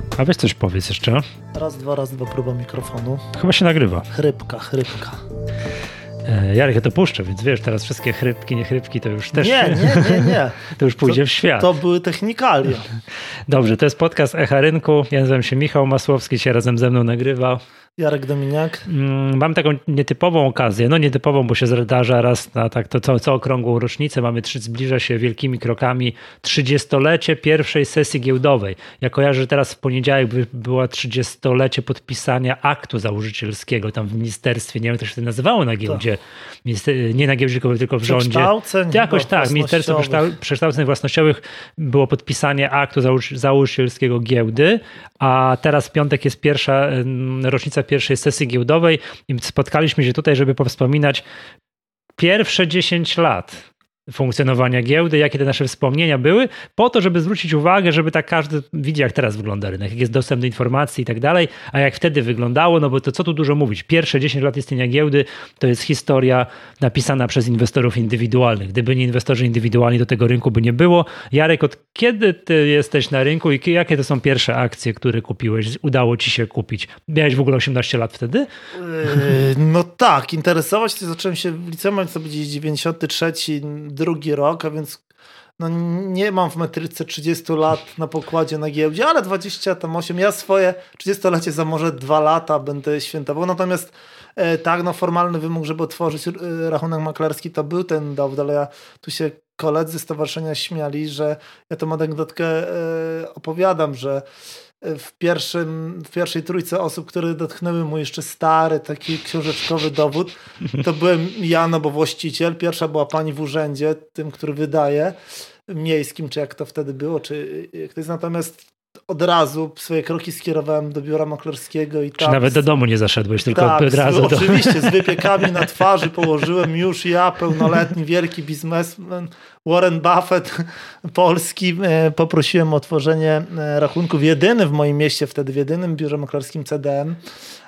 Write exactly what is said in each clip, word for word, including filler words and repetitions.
A weź coś powiedz jeszcze. Raz, dwa, raz, dwa, próba mikrofonu. Chyba się nagrywa. Chrypka, chrypka. E, Jarek, ja to puszczę, więc wiesz, teraz wszystkie chrypki, nie chrypki to już też... Nie, nie, nie, nie. To już pójdzie to, w świat. To były technikalia. Dobrze, to jest podcast Echa Rynku. Ja nazywam się Michał Masłowski, się razem ze mną nagrywa. Jarek Dominiak. Mam taką nietypową okazję, no nietypową, bo się zdarza raz na tak to co, co okrągłą rocznicę. Mamy trzy, zbliża się wielkimi krokami trzydziestolecie pierwszej sesji giełdowej. Ja kojarzę, że teraz w poniedziałek by, była trzydziestolecie podpisania aktu założycielskiego tam w ministerstwie, nie wiem jak to się nazywało na giełdzie, Minister, nie na giełdzie, tylko w rządzie. Przekształceń Jakoś tak, Ministerstwo Przekształceń Własnościowych było podpisanie aktu założycielskiego giełdy, a teraz w piątek jest pierwsza rocznica pierwszej sesji giełdowej i spotkaliśmy się tutaj, żeby powspominać pierwsze dziesięć lat funkcjonowania giełdy, jakie te nasze wspomnienia były, po to, żeby zwrócić uwagę, żeby tak każdy widzi, jak teraz wygląda rynek, jak jest dostęp do informacji i tak dalej, a jak wtedy wyglądało, no bo to co tu dużo mówić. Pierwsze dziesięć lat istnienia giełdy to jest historia napisana przez inwestorów indywidualnych. Gdyby nie inwestorzy indywidualni, to tego rynku by nie było. Jarek, od kiedy ty jesteś na rynku i jakie to są pierwsze akcje, które kupiłeś, udało ci się kupić? Miałeś w ogóle osiemnaście lat wtedy? Yy, no tak, interesować się zacząłem się w liceum, co będzie dziewięćdziesiąty trzeci drugi rok, a więc no nie mam w metryce trzydziestu lat na pokładzie na giełdzie, ale dwadzieścia osiem. Ja swoje trzydziestolecie za może dwa lata będę świętował. Natomiast e, tak, no formalny wymóg, żeby otworzyć e, rachunek maklerski, to był ten dowód, ale ja tu się koledzy z stowarzyszenia śmiali, że ja tą anegdotkę e, opowiadam, że w, pierwszym, w pierwszej trójce osób, które dotknęły mu jeszcze stary, taki książeczkowy dowód, to byłem ja, no bo właściciel. Pierwsza była pani w urzędzie, tym, który wydaje, miejskim, czy jak to wtedy było, czy jak to jest. Natomiast od razu swoje kroki skierowałem do biura maklerskiego. I czy tam nawet do domu nie zaszedłeś, tylko tak, od razu. Z, oczywiście, do... z wypiekami na twarzy położyłem już ja, pełnoletni, wielki biznesmen, Warren Buffett polski. Poprosiłem o otworzenie rachunku w jedynym w moim mieście, wtedy w jedynym biurze maklerskim C D M.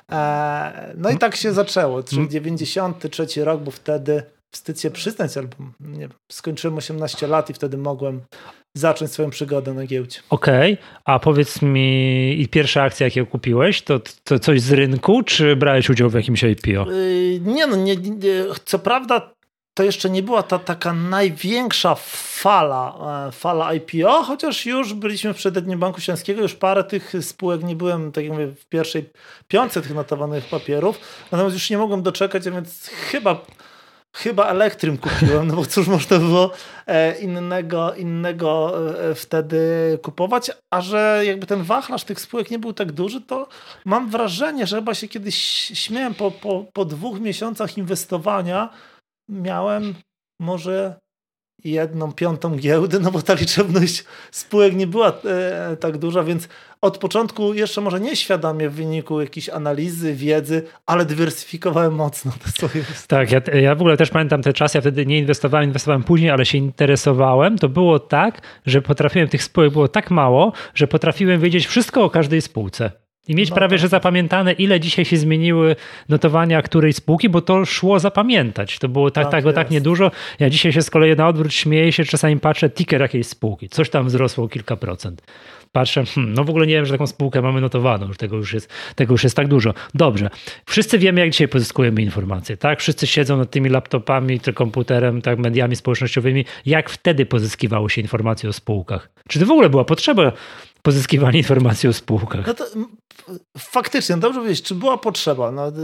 No i tak się zaczęło. dziewięćdziesiąty trzeci rok, bo wtedy wstyd się przyznać, albo nie wiem, skończyłem osiemnaście lat i wtedy mogłem zacząć swoją przygodę na giełdzie. Okej, okay. A powiedz mi, i pierwsza akcja, jakie kupiłeś, to, to coś z rynku, czy brałeś udział w jakimś I P O? Yy, nie, no nie, nie, co prawda to jeszcze nie była ta taka największa fala, e, fala I P O, chociaż już byliśmy w przededniu Banku Śląskiego, już parę tych spółek, nie byłem, tak jak mówię, w pierwszej piątce tych notowanych papierów, natomiast już nie mogłem doczekać, a więc chyba Chyba Elektrym kupiłem, no bo cóż można było e, innego, innego e, wtedy kupować, a że jakby ten wachlarz tych spółek nie był tak duży, to mam wrażenie, że chyba się kiedyś śmiałem, po, po, po dwóch miesiącach inwestowania miałem może jedną piątą giełdy, no bo ta liczebność spółek nie była e, tak duża, więc od początku jeszcze może nieświadomie w wyniku jakiejś analizy, wiedzy, ale dywersyfikowałem mocno te swoje. Tak, ja, ja w ogóle też pamiętam te czasy, ja wtedy nie inwestowałem, inwestowałem później, ale się interesowałem. To było tak, że potrafiłem, tych spółek było tak mało, że potrafiłem wiedzieć wszystko o każdej spółce. I mieć no prawie, tak. że zapamiętane, ile dzisiaj się zmieniły notowania której spółki, bo to szło zapamiętać. To było tak, tak, tak, tak niedużo. Ja dzisiaj się z kolei na odwrót śmieję się, czasami patrzę, ticker jakiejś spółki. Coś tam wzrosło o kilka procent. Patrzę, hmm, no w ogóle nie wiem, że taką spółkę mamy notowaną, już tego już jest, tego już jest tak dużo. Dobrze, wszyscy wiemy, jak dzisiaj pozyskujemy informacje, tak? Wszyscy siedzą nad tymi laptopami, czy komputerem, tak, mediami społecznościowymi. Jak wtedy pozyskiwało się informacje o spółkach? Czy to w ogóle była potrzeba pozyskiwania informacji o spółkach? No to faktycznie, dobrze powiedzieć, czy była potrzeba? No,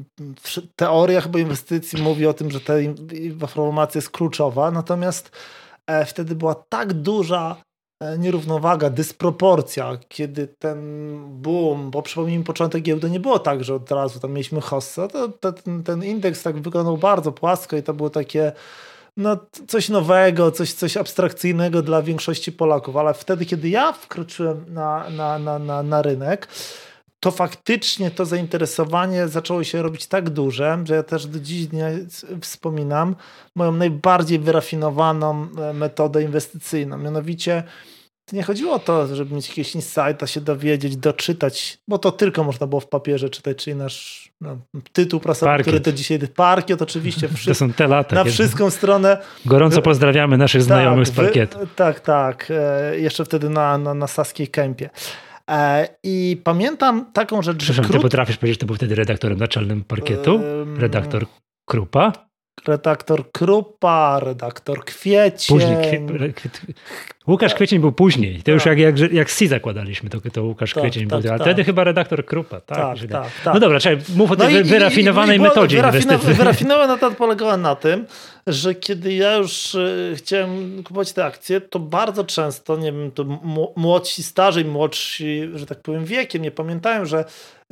teoria chyba inwestycji mówi o tym, że ta informacja jest kluczowa, natomiast e, wtedy była tak duża nierównowaga, dysproporcja, kiedy ten boom, bo przypomnijmy, początek giełdy nie było tak, że od razu tam mieliśmy hossę, to, to ten, ten indeks tak wyglądał bardzo płasko i to było takie no, coś nowego, coś, coś abstrakcyjnego dla większości Polaków, ale wtedy, kiedy ja wkroczyłem na, na, na, na, na rynek, to faktycznie to zainteresowanie zaczęło się robić tak duże, że ja też do dziś dnia wspominam moją najbardziej wyrafinowaną metodę inwestycyjną. Mianowicie to nie chodziło o to, żeby mieć jakieś insighta, się dowiedzieć, doczytać, bo to tylko można było w papierze czytać, czyli nasz no, tytuł prasowy, Parkiet. który to dzisiaj Parkiet, oczywiście wszy- to są te lata, na kiedy... wszystką stronę. Gorąco pozdrawiamy naszych znajomych tak, z Parkietu. Wy, tak, tak. E, jeszcze wtedy na, na, na Saskiej Kępie. I pamiętam taką rzecz, Przepraszam, krót... ty potrafisz powiedzieć, że to był wtedy redaktorem naczelnym Parkietu? Redaktor Krupa? Redaktor Krupa, redaktor Kwiecień. Później. Kwie... Łukasz Kwiecień był później. To tak. już jak, jak, jak C zakładaliśmy, to, to Łukasz tak, Kwiecień tak, był. Ale tak. wtedy chyba redaktor Krupa. Tak, tak, tak, tak. No dobra, czekaj, mów o tej no wyrafinowanej i, i, i metodzie inwestycji. Wyrafinowana metoda polegała na tym, że kiedy ja już chciałem kupować te akcje, to bardzo często, nie wiem, to młodsi, starzy, młodsi, że tak powiem, wiekiem, nie pamiętają, że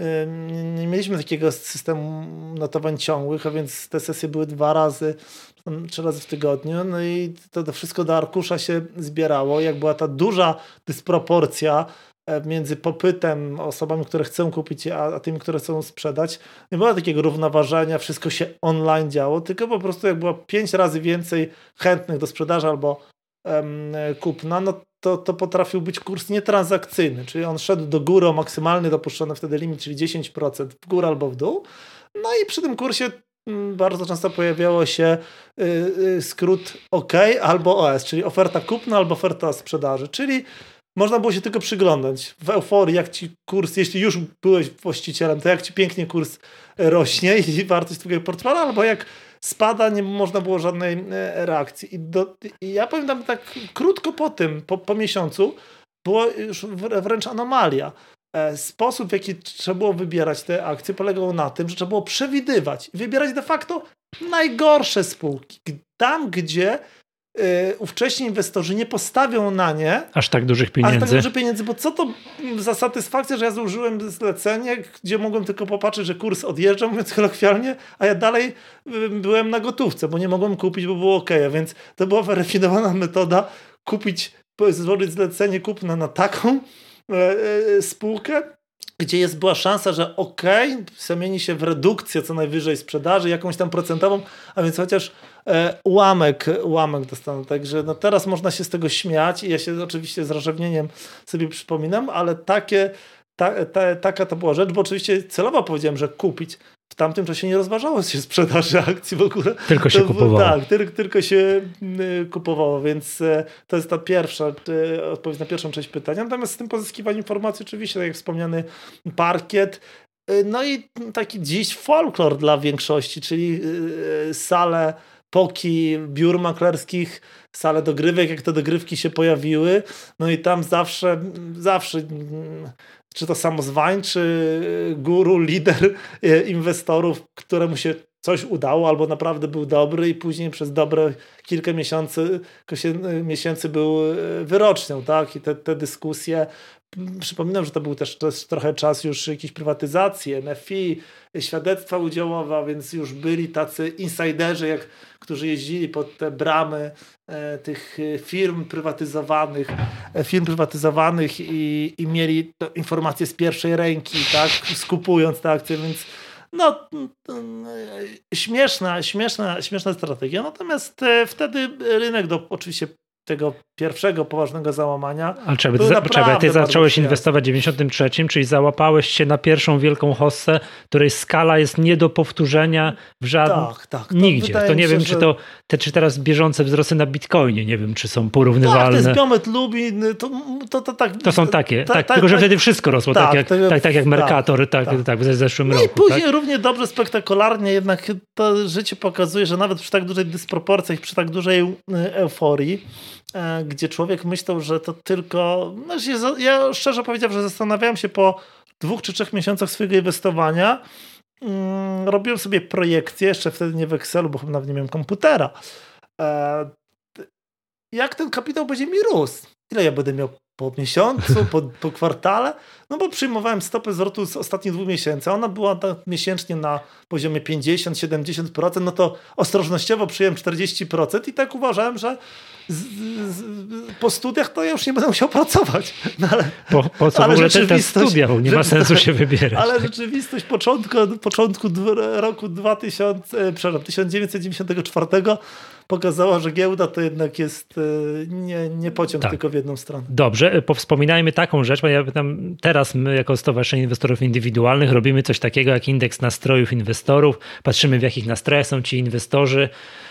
nie mieliśmy takiego systemu notowań ciągłych, a więc te sesje były dwa razy, trzy razy w tygodniu, no i to, to wszystko do arkusza się zbierało. Jak była ta duża dysproporcja między popytem, osobami, które chcą kupić, a, a tymi, które chcą sprzedać, nie było takiego równoważenia, wszystko się online działo, tylko po prostu jak było pięć razy więcej chętnych do sprzedaży albo um, kupna, no to, to potrafił być kurs nietransakcyjny, czyli on szedł do góry o maksymalny dopuszczony wtedy limit, czyli dziesięć procent w górę albo w dół. No i przy tym kursie bardzo często pojawiało się y, y, skrót OK albo O S, czyli oferta kupna albo oferta sprzedaży, czyli można było się tylko przyglądać w euforii, jak ci kurs, jeśli już byłeś właścicielem, to jak ci pięknie kurs rośnie i wartość twojego portfela, albo jak spada, nie można było żadnej reakcji. I, do, i ja pamiętam tak krótko po tym, po, po miesiącu, była już wręcz anomalia. Sposób, w jaki trzeba było wybierać te akcje, polegał na tym, że trzeba było przewidywać i wybierać de facto najgorsze spółki. Tam, gdzie yy, ówcześni inwestorzy nie postawią na nie aż tak dużych pieniędzy. Aż tak dużych pieniędzy, bo co to za satysfakcja, że ja zużyłem zlecenie, gdzie mogłem tylko popatrzeć, że kurs odjeżdża, mówiąc kolokwialnie, a ja dalej yy, byłem na gotówce, bo nie mogłem kupić, bo było ok. A więc to była wyrafinowana metoda kupić, złożyć zlecenie kupna na taką spółkę, gdzie jest, była szansa, że ok, zamieni się w redukcję co najwyżej sprzedaży, jakąś tam procentową, a więc chociaż e, ułamek, ułamek dostaną. Także no teraz można się z tego śmiać i ja się oczywiście z rozrzewnieniem sobie przypominam, ale takie, ta, ta, taka to była rzecz, bo oczywiście celowo powiedziałem, że kupić. W tamtym czasie nie rozważało się sprzedaży akcji w ogóle. Tylko się to, kupowało. Tak, tylko, tylko się y, kupowało, więc y, to jest ta pierwsza y, odpowiedź na pierwszą część pytania. Natomiast z tym pozyskiwaniem informacji oczywiście, tak jak wspomniany parkiet, y, no i taki dziś folklor dla większości, czyli y, sale poki, biur maklerskich, sale dogrywek, jak te dogrywki się pojawiły, no i tam zawsze, zawsze czy to samozwań, czy guru, lider inwestorów, któremu się coś udało albo naprawdę był dobry i później przez dobre kilka miesięcy, miesięcy był wyrocznią, tak? I te, te dyskusje, przypominam, że to był też, też trochę czas już jakiejś prywatyzacji, N F I, świadectwa udziałowe, więc już byli tacy insiderzy, jak, którzy jeździli pod te bramy e, tych firm prywatyzowanych, e, firm prywatyzowanych i, i mieli to informacje z pierwszej ręki, tak, skupując te akcje, więc no śmieszna, śmieszna, śmieszna strategia. Natomiast e, wtedy rynek do oczywiście tego pierwszego poważnego załamania. Ale trzeba, ty, ty zacząłeś inwestować w dziewięćdziesiątym trzecim, czyli załapałeś się na pierwszą wielką hossę, której skala jest nie do powtórzenia w żadnym, tak, tak, to nigdzie. To nie się, wiem, że... czy to te, czy teraz bieżące wzrosty na Bitcoinie, nie wiem, czy są porównywalne. Tak, to jest Biomet Lubin, to, to, to, tak, to są takie, ta, tak, ta, tylko że ta, wtedy wszystko rosło, tak, tak, jak, to, tak, tak jak Mercator, tak, tak, tak, w zeszłym no roku. I później tak? równie dobrze, spektakularnie, jednak to życie pokazuje, że nawet przy tak dużej dysproporcji, przy tak dużej euforii, gdzie człowiek myślał, że to tylko... No, ja szczerze powiedziawszy, że zastanawiałem się po dwóch czy trzech miesiącach swojego inwestowania. Hmm, robiłem sobie projekcje, jeszcze wtedy nie w Excelu, bo chyba nawet nie miałem komputera. E, jak ten kapitał będzie mi rósł? Ile ja będę miał po miesiącu, po, po kwartale? No bo przyjmowałem stopę zwrotu z ostatnich dwóch miesięcy. Ona była tak miesięcznie na poziomie pięćdziesiąt do siedemdziesięciu procent. No to ostrożnościowo przyjąłem czterdzieści procent i tak uważałem, że z, z, po studiach to ja już nie będę musiał pracować. No ale, po, po co ale w ogóle ten, ten studia? Nie ma sensu się wybierać. Ale rzeczywistość początku, początku roku dwa tysiące, przepraszam, tysiąc dziewięćset dziewięćdziesiątego czwartego pokazała, że giełda to jednak jest nie, nie pociąg tak. tylko w jedną stronę. Dobrze, powspominajmy taką rzecz, bo ja tam teraz my jako Stowarzyszenie Inwestorów Indywidualnych robimy coś takiego jak indeks nastrojów inwestorów, patrzymy w jakich nastrojach są ci inwestorzy.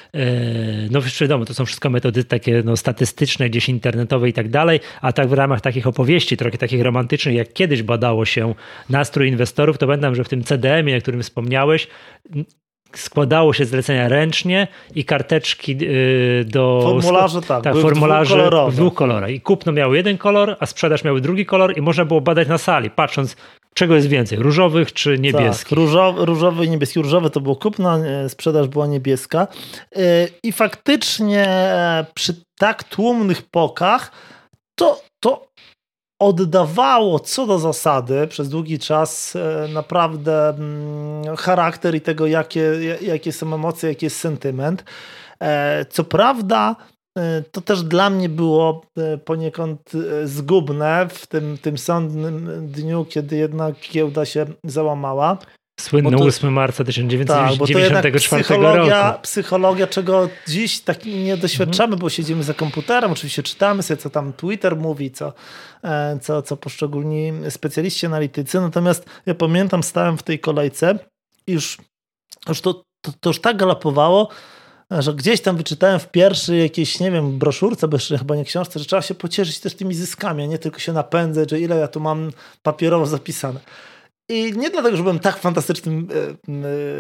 No wiadomo, to są wszystko metody takie no, statystyczne, gdzieś internetowe i tak dalej, a tak w ramach takich opowieści, trochę takich romantycznych, jak kiedyś badało się nastrój inwestorów, to pamiętam, że w tym C D M-ie, o którym wspomniałeś, składało się zlecenia ręcznie i karteczki do... Formularze tak, tak formularze w dwóch kolorach. I kupno miało jeden kolor, a sprzedaż miały drugi kolor i można było badać na sali, patrząc, czego jest więcej, różowych czy niebieskich. Tak, różowy, różowy i niebieski. Różowy to było kupno, sprzedaż była niebieska. I faktycznie przy tak tłumnych pokach to, to oddawało co do zasady przez długi czas naprawdę charakter i tego, jakie, jakie są emocje, jaki jest sentyment. Co prawda to też dla mnie było poniekąd zgubne w tym, tym sądnym dniu, kiedy jednak giełda się załamała. Słynny to, ósmego marca tysiąc dziewięćset dziewięćdziesiątego czwartego psychologia, roku. Psychologia, czego dziś tak nie doświadczamy, mhm. bo siedzimy za komputerem, oczywiście czytamy sobie, co tam Twitter mówi, co, co, co poszczególni specjaliści, analitycy. Natomiast ja pamiętam, stałem w tej kolejce i już, już to, to, to już tak galopowało, że gdzieś tam wyczytałem w pierwszej jakiejś, nie wiem, broszurce, bo jeszcze chyba nie książce, że trzeba się pocieszyć też tymi zyskami, a nie tylko się napędzać, że ile ja tu mam papierowo zapisane. I nie dlatego, że byłem tak fantastycznym y, y,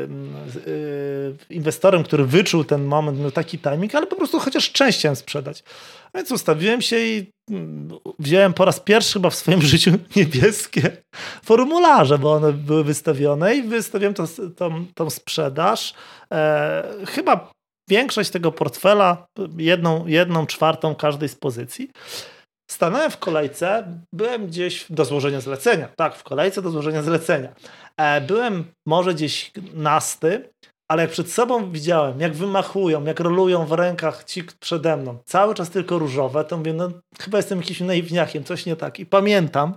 y, inwestorem, który wyczuł ten moment, miał taki timing, ale po prostu chociaż część chciałem sprzedać. A więc ustawiłem się i wziąłem po raz pierwszy chyba w swoim życiu niebieskie formularze, bo one były wystawione i wystawiłem to, tą, tą sprzedaż. E, chyba większość tego portfela, jedną, jedną czwartą każdej z pozycji. Stanąłem w kolejce, byłem gdzieś do złożenia zlecenia. Tak, w kolejce do złożenia zlecenia. Byłem może gdzieś nasty, ale jak przed sobą widziałem, jak wymachują, jak rolują w rękach ci przede mną, cały czas tylko różowe, to mówię, no chyba jestem jakimś naiwniakiem, coś nie tak. I pamiętam,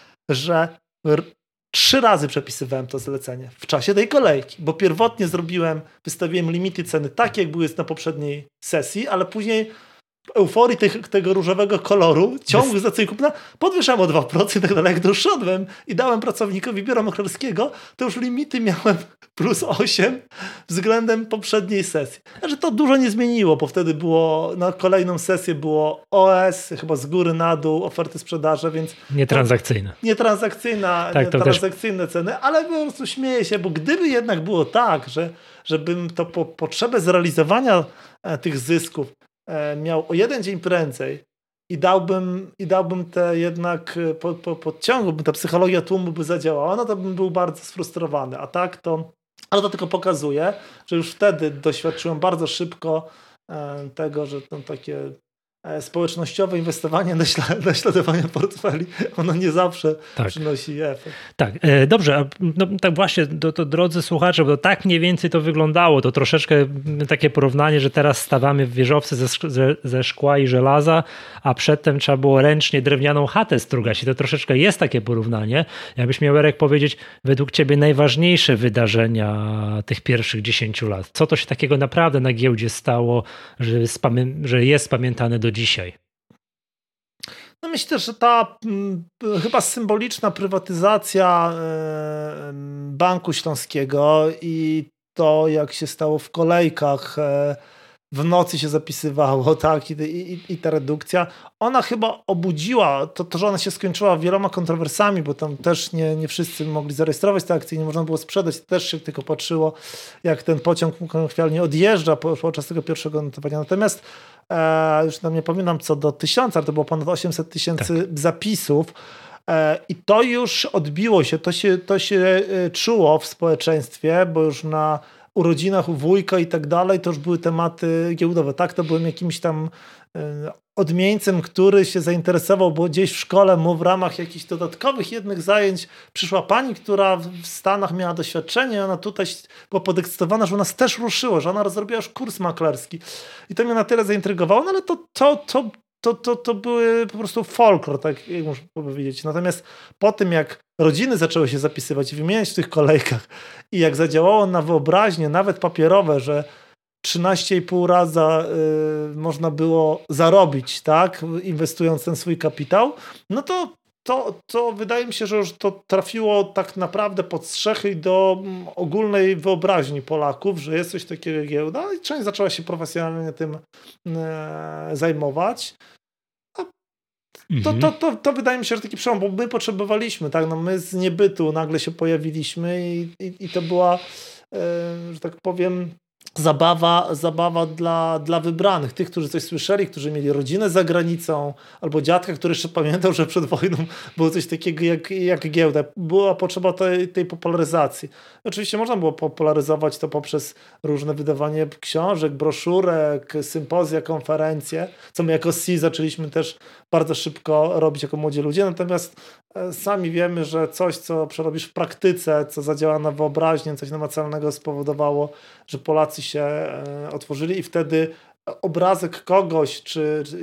że r- trzy razy przepisywałem to zlecenie w czasie tej kolejki, bo pierwotnie zrobiłem, wystawiłem limity ceny takie, jak były na poprzedniej sesji, ale później euforii tych, tego różowego koloru, ciągłych za ceny kupna, podwyższałem o dwa procent i tak dalej. Jak doszedłem i dałem pracownikowi biura maklerskiego, to już limity miałem plus osiem względem poprzedniej sesji. Znaczy to dużo nie zmieniło, bo wtedy było, na kolejną sesję było O S, chyba z góry na dół, oferty sprzedaży, więc... Nietransakcyjne. Nietransakcyjna, tak, nietransakcyjne też... ceny, ale po prostu śmieję się, bo gdyby jednak było tak, że żebym to po potrzebę zrealizowania tych zysków miał o jeden dzień prędzej i dałbym, i dałbym te jednak po, po, podciągu, by ta psychologia tłumu by zadziałała, no to bym był bardzo sfrustrowany. A tak to, ale to tylko pokazuje, że już wtedy doświadczyłem bardzo szybko e, tego, że to takie e, społecznościowe inwestowanie, naśladowanie portfeli, ono nie zawsze tak. przynosi efekt. Tak, e, dobrze, no, tak właśnie, to, to, drodzy słuchacze, bo tak mniej więcej to wyglądało, to troszeczkę takie porównanie, że teraz stawiamy wieżowce ze, ze, ze szkła i żelaza, a przedtem trzeba było ręcznie drewnianą chatę strugać i to troszeczkę jest takie porównanie. Jakbyś miał, Jarek, powiedzieć według ciebie najważniejsze wydarzenia tych pierwszych dziesięciu lat. Co to się takiego naprawdę na giełdzie stało, że jest, że jest pamiętane do dzisiaj? No myślę, że ta m, chyba symboliczna prywatyzacja e, Banku Śląskiego i to, jak się stało w kolejkach, e, w nocy się zapisywało, tak, i, i, i ta redukcja, ona chyba obudziła, to, to, że ona się skończyła wieloma kontrowersjami, bo tam też nie, nie wszyscy mogli zarejestrować te akcje, nie można było sprzedać, też się tylko patrzyło, jak ten pociąg chwialnie odjeżdża po, podczas tego pierwszego notowania. Natomiast e, już tam nie pamiętam co do tysiąca, ale to było ponad osiemset tysięcy tak. zapisów e, i to już odbiło się, to się, to się czuło w społeczeństwie, bo już na urodzinach u wujka i tak dalej, to już były tematy giełdowe. Tak, to byłem jakimś tam odmieńcem, który się zainteresował, bo gdzieś w szkole mu w ramach jakichś dodatkowych jednych zajęć przyszła pani, która w Stanach miała doświadczenie, ona tutaj była podekscytowana, że u nas też ruszyło, że ona rozrobiła już kurs maklerski. I to mnie na tyle zaintrygowało, no ale to, to, to, to, to, to były po prostu folklor, tak jak można powiedzieć. Natomiast po tym, jak rodziny zaczęły się zapisywać i wymieniać w tych kolejkach i jak zadziałało na wyobraźnię, nawet papierowe, że trzynaście i pół raza y, można było zarobić, tak, inwestując ten swój kapitał, no to, to, to wydaje mi się, że już to trafiło tak naprawdę pod strzechy do ogólnej wyobraźni Polaków, że jest coś takiego jak giełda i część zaczęła się profesjonalnie tym y, zajmować. To, to, to, to wydaje mi się, że taki przełom, bo my potrzebowaliśmy, tak, no my z niebytu nagle się pojawiliśmy i, i, i to była, e, że tak powiem, zabawa, zabawa dla, dla wybranych, tych, którzy coś słyszeli, którzy mieli rodzinę za granicą, albo dziadka, który jeszcze pamiętał, że przed wojną było coś takiego jak, jak giełda. Była potrzeba tej, tej popularyzacji. Oczywiście można było popularyzować to poprzez różne wydawanie książek, broszurek, sympozja, konferencje, co my jako C I zaczęliśmy też bardzo szybko robić jako młodzi ludzie, natomiast sami wiemy, że coś, co przerobisz w praktyce, co zadziała na wyobraźnię, coś namacalnego spowodowało, że Polacy się otworzyli i wtedy obrazek kogoś, czy, czy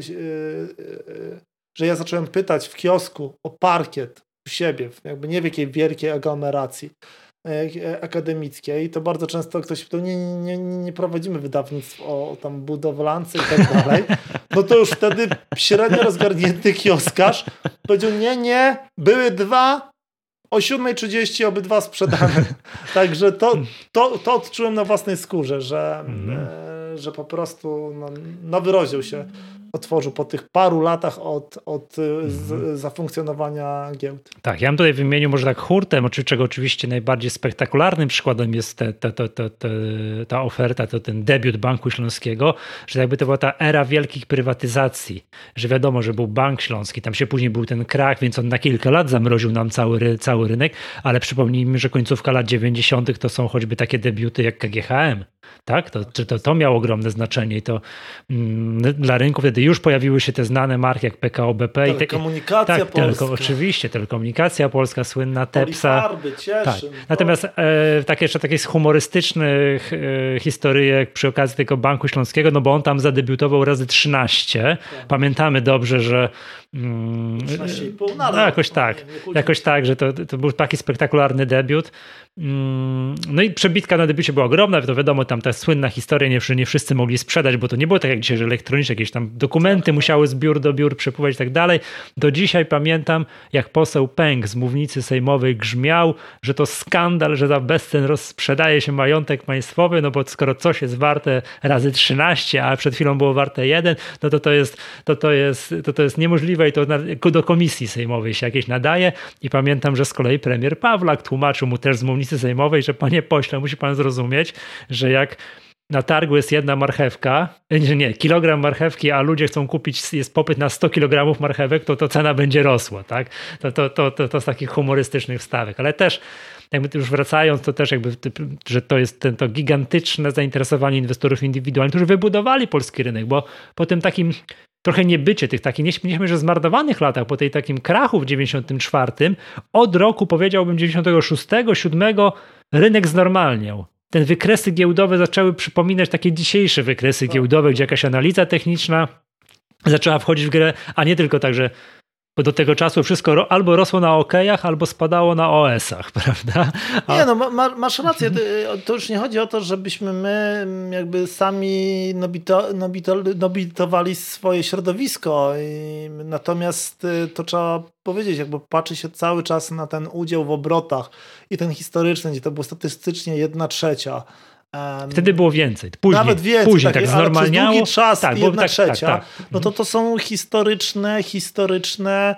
że ja zacząłem pytać w kiosku o parkiet u siebie, jakby nie w jakiej wielkiej aglomeracji akademickiej, to bardzo często ktoś pytał, nie, nie, nie prowadzimy wydawnictw o tam budowlance i tak dalej, no to już wtedy średnio rozgarnięty kioskarz powiedział, nie, nie, były dwa, o siódma trzydzieści obydwa sprzedane. Także to, to, to odczułem na własnej skórze, że, mm. e, że po prostu no, nowy rozdział się otworzył po tych paru latach od, od mm. z, zafunkcjonowania giełd. Tak, ja bym tutaj wymienił może tak hurtem, czego oczywiście najbardziej spektakularnym przykładem jest te, te, te, te, te, ta oferta, to ten debiut Banku Śląskiego, że jakby to była ta era wielkich prywatyzacji, że wiadomo, że był Bank Śląski, tam się później był ten krach, więc on na kilka lat zamroził nam cały, cały rynek, ale przypomnijmy, że końcówka lat dziewięćdziesiątych to są choćby takie debiuty jak K G H M. Tak? To, to, to miało ogromne znaczenie i to mm, dla rynku wtedy już pojawiły się te znane marki jak P K O B P. Telekomunikacja i te, tak, polska. Teleko, oczywiście, telekomunikacja polska, słynna Tepsa. Polifarby, Cieszyn. Tak. Natomiast e, takie jeszcze takich humorystycznych e, historyjek przy okazji tego Banku Śląskiego, no bo on tam zadebiutował razy trzynaście. Tak. Pamiętamy dobrze, że mm, trzynaście i pół, no, no, jakoś tak, nie, nie jakoś tak, że to, to był taki spektakularny debiut. No i przebitka na debiucie była ogromna, to wiadomo, tam ta słynna historia, nie, nie wszyscy mogli sprzedać, bo to nie było tak jak dzisiaj, że elektronicznie jakieś tam dokumenty musiały z biur do biur przepływać i tak dalej. Do dzisiaj pamiętam, jak poseł Pęk z mównicy sejmowej grzmiał, że to skandal, że za bezcen rozsprzedaje się majątek państwowy, no bo skoro coś jest warte razy trzynaście, a przed chwilą było warte jeden, no to to jest, to to jest, to to jest niemożliwe i to na, do komisji sejmowej się jakieś nadaje. I pamiętam, że z kolei premier Pawlak tłumaczył mu też z mównicy sejmowej, że panie pośle, musi pan zrozumieć, że jak na targu jest jedna marchewka, nie, nie, kilogram marchewki, a ludzie chcą kupić, jest popyt na sto kilogramów marchewek, to, to cena będzie rosła, tak? To, to, to, to, to z takich humorystycznych wstawek, ale też jakby już wracając, to też jakby, że to jest ten, to gigantyczne zainteresowanie inwestorów indywidualnych, którzy wybudowali polski rynek, bo po tym takim trochę niebycie tych takich, nie śmiejmy, że zmarnowanych latach, po tej takim krachu w dziewięćdziesiątym czwartym, od roku powiedziałbym dziewięćdziesiątego szóstego, siódmego rynek znormalniał. Te wykresy giełdowe zaczęły przypominać takie dzisiejsze wykresy giełdowe, gdzie jakaś analiza techniczna zaczęła wchodzić w grę, a nie tylko tak, że bo do tego czasu wszystko albo rosło na okejach, albo spadało na O S-ach, prawda? A... Nie, no ma, masz rację. To już nie chodzi o to, żebyśmy my jakby sami nobito, nobito, nobitowali swoje środowisko. I, natomiast to trzeba powiedzieć, jakby patrzy się cały czas na ten udział w obrotach i ten historyczny, gdzie to było statystycznie jedna trzecia. Wtedy było więcej. Później, Nawet więcej, później tak, tak znormalniało. Ale przez długi czas tak, jedna tak, trzecia, tak, tak. no to to są historyczne, historyczne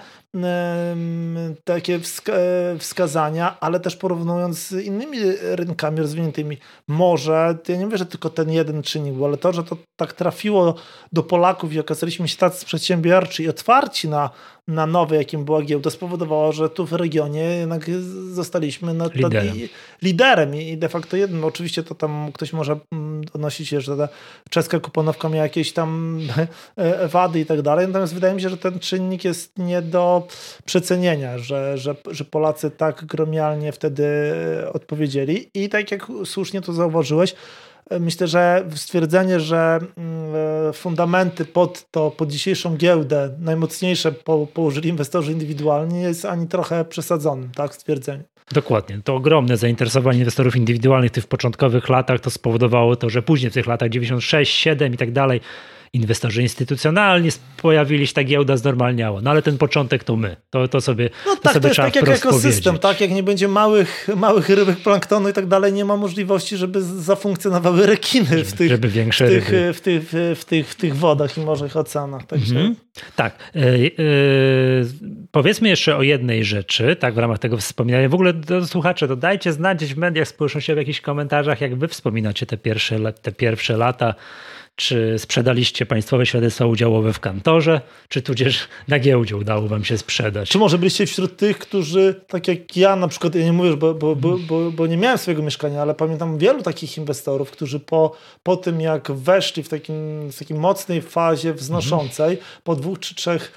um, takie wska wskazania, ale też porównując z innymi rynkami rozwiniętymi, może, ja nie mówię, że tylko ten jeden czynnik był, ale to, że to tak trafiło do Polaków i okazaliśmy się tacy przedsiębiorczy i otwarci na, na nowe, jakim była giełda, spowodowało, że tu w regionie jednak zostaliśmy na, liderem. I, liderem i de facto jednym. Oczywiście to tam ktoś może odnosić się, że ta czeska kuponowka miała jakieś tam wady i tak dalej, natomiast wydaje mi się, że ten czynnik jest nie do przecenienia, że, że, że Polacy tak gromialnie wtedy odpowiedzieli i tak jak słusznie to zauważyłeś, myślę, że stwierdzenie, że fundamenty pod to, pod dzisiejszą giełdę najmocniejsze po, położyli inwestorzy indywidualni, nie jest ani trochę przesadzonym, tak, stwierdzenie. Dokładnie. To ogromne zainteresowanie inwestorów indywidualnych w tych początkowych latach to spowodowało to, że później w tych latach dziewięćdziesiąt sześć, siedem i tak dalej inwestorzy instytucjonalni pojawili się, ta giełda znormalniała. No ale ten początek to my. To, to sobie No to tak, sobie to jest trzeba tak jak wprost ekosystem, powiedzieć. tak? Jak nie będzie małych, małych rybek planktonu i tak dalej, nie ma możliwości, żeby zafunkcjonowały rekiny w tych, żeby większe w tych, ryby. w tych, w tych, w tych wodach i morzach, oceanach. Także... Mhm. Tak. Yy, yy, powiedzmy jeszcze o jednej rzeczy, tak w ramach tego wspominania. W ogóle do słuchacze, to dajcie znać gdzieś w mediach społecznościowych, w jakichś komentarzach, jak wy wspominacie te pierwsze, te pierwsze lata. Czy sprzedaliście państwowe świadectwa udziałowe w kantorze, czy tudzież na giełdzie udało wam się sprzedać? Czy może byliście wśród tych, którzy, tak jak ja na przykład, ja nie mówię, bo, bo, bo, bo, bo nie miałem swojego mieszkania, ale pamiętam wielu takich inwestorów, którzy po, po tym jak weszli w takim, w takiej mocnej fazie wznoszącej, mhm. po dwóch czy trzech,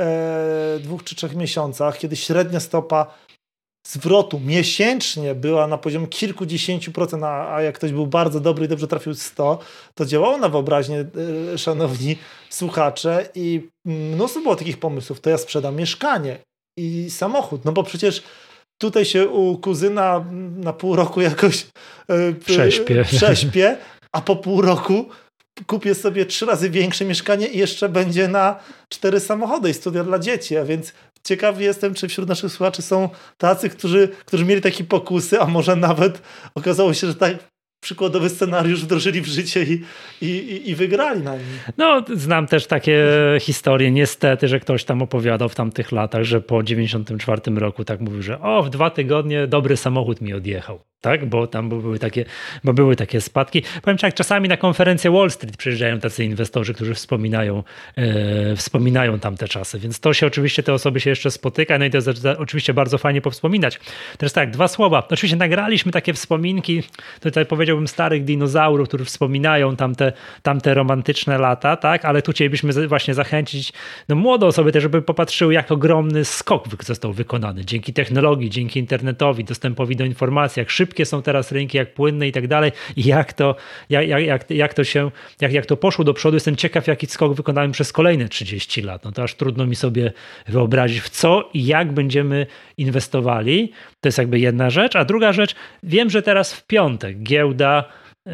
e, dwóch czy trzech miesiącach, kiedy średnia stopa zwrotu miesięcznie była na poziomie kilkudziesięciu procent, a, a jak ktoś był bardzo dobry i dobrze trafił sto, to działało na wyobraźnię, e, szanowni słuchacze, i mnóstwo było takich pomysłów. To ja sprzedam mieszkanie i samochód, no bo przecież tutaj się u kuzyna na pół roku jakoś e, prześpię. prześpię, a po pół roku kupię sobie trzy razy większe mieszkanie i jeszcze będzie na cztery samochody i studia dla dzieci, a więc ciekawy jestem, czy wśród naszych słuchaczy są tacy, którzy, którzy mieli takie pokusy, a może nawet okazało się, że tak przykładowy scenariusz wdrożyli w życie i, i, i wygrali na nim. No, znam też takie historie, niestety, że ktoś tam opowiadał w tamtych latach, że po dziewięćdziesiątym czwartym roku tak mówił, że o, w dwa tygodnie dobry samochód mi odjechał. Tak, bo tam były takie, bo były takie spadki. Powiem tak, czasami na konferencję Wall Street przyjeżdżają tacy inwestorzy, którzy wspominają, e, wspominają tamte czasy, więc to się oczywiście, te osoby się jeszcze spotyka, no i to jest oczywiście bardzo fajnie powspominać. Teraz tak, dwa słowa. Oczywiście nagraliśmy takie wspominki, tutaj powiedziałbym starych dinozaurów, którzy wspominają tamte, tamte romantyczne lata, tak, ale tu chcielibyśmy właśnie zachęcić no, młode osoby też, żeby popatrzyły, jak ogromny skok został wykonany dzięki technologii, dzięki internetowi, dostępowi do informacji, jak szybko są teraz rynki, jak płynne i tak dalej, i jak to, jak, jak, jak to się, jak, jak to poszło do przodu. Jestem ciekaw, jaki skok wykonałem przez kolejne trzydzieści lat. No to aż trudno mi sobie wyobrazić, w co i jak będziemy inwestowali. To jest jakby jedna rzecz, a druga rzecz, wiem, że teraz w piątek giełda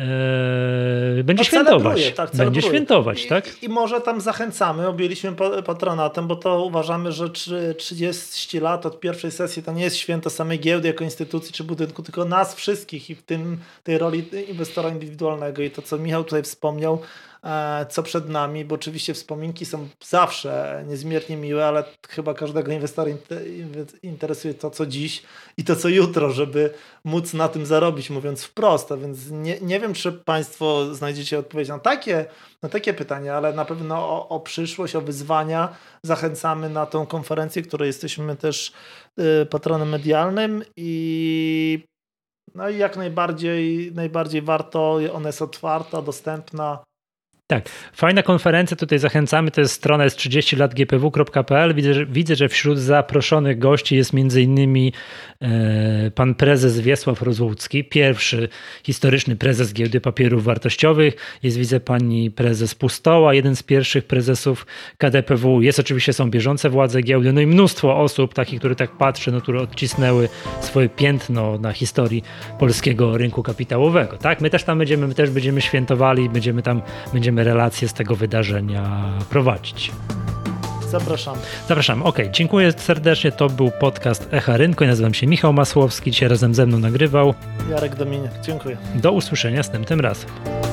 Eee, będzie no, świętować. Tak, będzie świętować, I, tak? I, I może tam zachęcamy, objęliśmy patronatem, bo to uważamy, że trzydzieści lat od pierwszej sesji to nie jest święto samej giełdy jako instytucji czy budynku, tylko nas wszystkich i w tym tej roli inwestora indywidualnego. I to, co Michał tutaj wspomniał, co przed nami, bo oczywiście wspominki są zawsze niezmiernie miłe, ale chyba każdego inwestora interesuje to, co dziś i to, co jutro, żeby móc na tym zarobić, mówiąc wprost. A więc nie, nie wiem, czy Państwo znajdziecie odpowiedź na takie, na takie pytania, ale na pewno o, o przyszłość, o wyzwania zachęcamy na tą konferencję, której jesteśmy też y, patronem medialnym i no i jak najbardziej, najbardziej warto, ona jest otwarta, dostępna. Tak, fajna konferencja, tutaj zachęcamy, to jest strona jest trzydzieści lat g p w kropka p l. Widzę, że, widzę, że wśród zaproszonych gości jest między innymi e, pan prezes Wiesław Rozłucki, pierwszy historyczny prezes Giełdy Papierów Wartościowych. Jest, widzę, pani prezes Pustoła, jeden z pierwszych prezesów K D P W. Jest oczywiście, są bieżące władze giełdy, no i mnóstwo osób, takich, które tak patrzę, no, które odcisnęły swoje piętno na historii polskiego rynku kapitałowego. Tak, my też tam będziemy, my też będziemy świętowali, będziemy tam, będziemy relacje z tego wydarzenia prowadzić. Zapraszamy. Zapraszamy. Okej, okay, dziękuję serdecznie. To był podcast Echa Rynku. Ja nazywam się Michał Masłowski. Dzisiaj razem ze mną nagrywał Jarek Dominiak. Dziękuję. Do usłyszenia następnym razem.